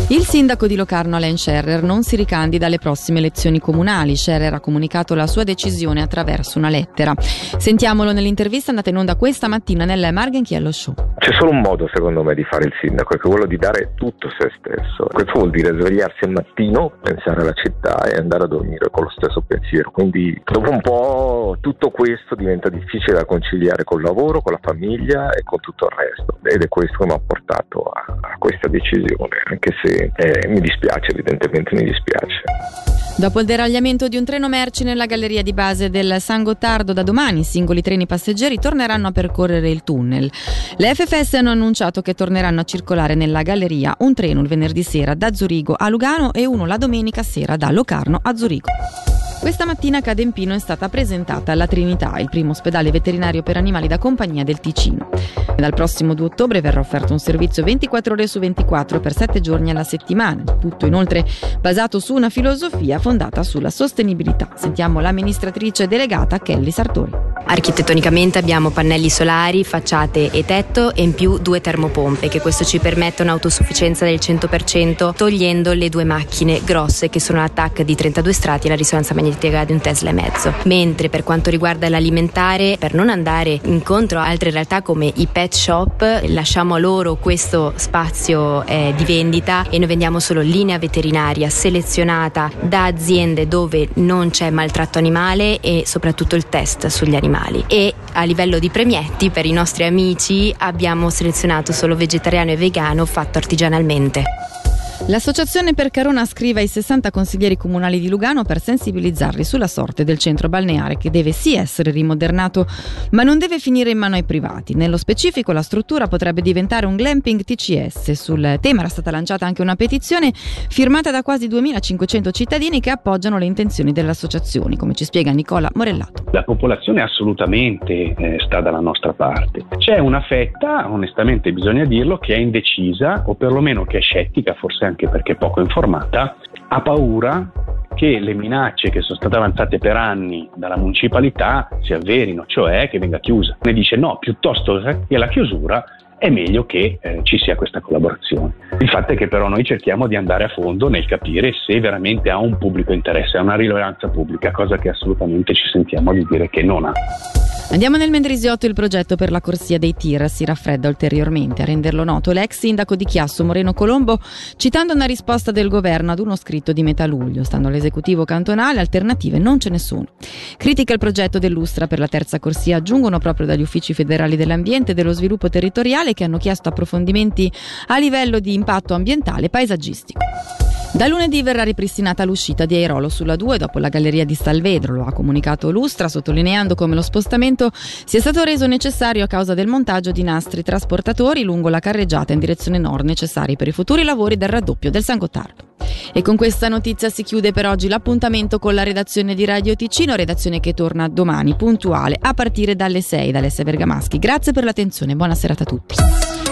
Il sindaco di Locarno Alain Scherrer non si ricandida alle prossime elezioni comunali. Scherrer ha comunicato la sua decisione attraverso una lettera. Sentiamolo nell'intervista andata in onda questa mattina nel Marghenchiello Show. C'è solo un modo secondo me di fare il sindaco, che è quello di dare tutto se stesso. Questo vuol dire svegliarsi al mattino, pensare alla città e andare a dormire con lo stesso pensiero. Quindi dopo un po' tutto questo diventa difficile da conciliare col lavoro, con la famiglia e con tutto il resto. Ed è questo che mi ha portato a questa decisione, anche se mi dispiace, evidentemente mi dispiace. Dopo il deragliamento di un treno merci nella galleria di base del San Gottardo, da domani i singoli treni passeggeri torneranno a percorrere il tunnel. Le FFS hanno annunciato che torneranno a circolare nella galleria un treno il venerdì sera da Zurigo a Lugano e uno la domenica sera da Locarno a Zurigo. Questa mattina a Cadempino è stata presentata la Trinità, il primo ospedale veterinario per animali da compagnia del Ticino. Dal prossimo 2 ottobre verrà offerto un servizio 24 ore su 24 per 7 giorni alla settimana. Tutto inoltre basato su una filosofia fondata sulla sostenibilità. Sentiamo l'amministratrice delegata Kelly Sartori. Architettonicamente abbiamo pannelli solari, facciate e tetto e in più 2 termopompe, che questo ci permette un'autosufficienza del 100% togliendo le 2 macchine grosse che sono l'ATAC di 32 strati e la risonanza magnetica di un Tesla e mezzo. Mentre per quanto riguarda l'alimentare, per non andare incontro a altre realtà come i pet shop, lasciamo a loro questo spazio di vendita e noi vendiamo solo linea veterinaria selezionata da aziende dove non c'è maltratto animale e soprattutto il test sugli animali. E a livello di premietti per i nostri amici abbiamo selezionato solo vegetariano e vegano fatto artigianalmente. L'Associazione per Carona scrive ai 60 consiglieri comunali di Lugano per sensibilizzarli sulla sorte del centro balneare, che deve sì essere rimodernato ma non deve finire in mano ai privati. Nello specifico la struttura potrebbe diventare un glamping TCS. Sul tema era stata lanciata anche una petizione firmata da quasi 2500 cittadini che appoggiano le intenzioni dell'associazione, come ci spiega Nicola Morellato. La popolazione assolutamente sta dalla nostra parte. C'è una fetta, onestamente bisogna dirlo, che è indecisa o perlomeno che è scettica, forse anche perché poco informata, ha paura che le minacce che sono state avanzate per anni dalla municipalità si avverino, cioè che venga chiusa. Ne dice no, piuttosto che la chiusura è meglio che ci sia questa collaborazione. Il fatto è che però noi cerchiamo di andare a fondo nel capire se veramente ha un pubblico interesse, ha una rilevanza pubblica, cosa che assolutamente ci sentiamo di dire che non ha. Andiamo nel Mendrisiotto. Il progetto per la corsia dei tir si raffredda ulteriormente. A renderlo noto l'ex sindaco di Chiasso Moreno Colombo, citando una risposta del governo ad uno scritto di metà luglio. Stando all'esecutivo cantonale, alternative non ce ne sono. Critica il progetto dell'Ustra per la terza corsia giungono proprio dagli uffici federali dell'ambiente e dello sviluppo territoriale, che hanno chiesto approfondimenti a livello di impatto ambientale e paesaggistico. Da lunedì verrà ripristinata l'uscita di Airolo sulla 2 dopo la galleria di Stalvedro. Lo ha comunicato l'Ustra, sottolineando come lo spostamento sia stato reso necessario a causa del montaggio di nastri trasportatori lungo la carreggiata in direzione nord necessari per i futuri lavori del raddoppio del San Gottardo. E con questa notizia si chiude per oggi l'appuntamento con la redazione di Radio Ticino, redazione che torna domani puntuale a partire dalle 6 Bergamaschi. Grazie per l'attenzione, buona serata a tutti.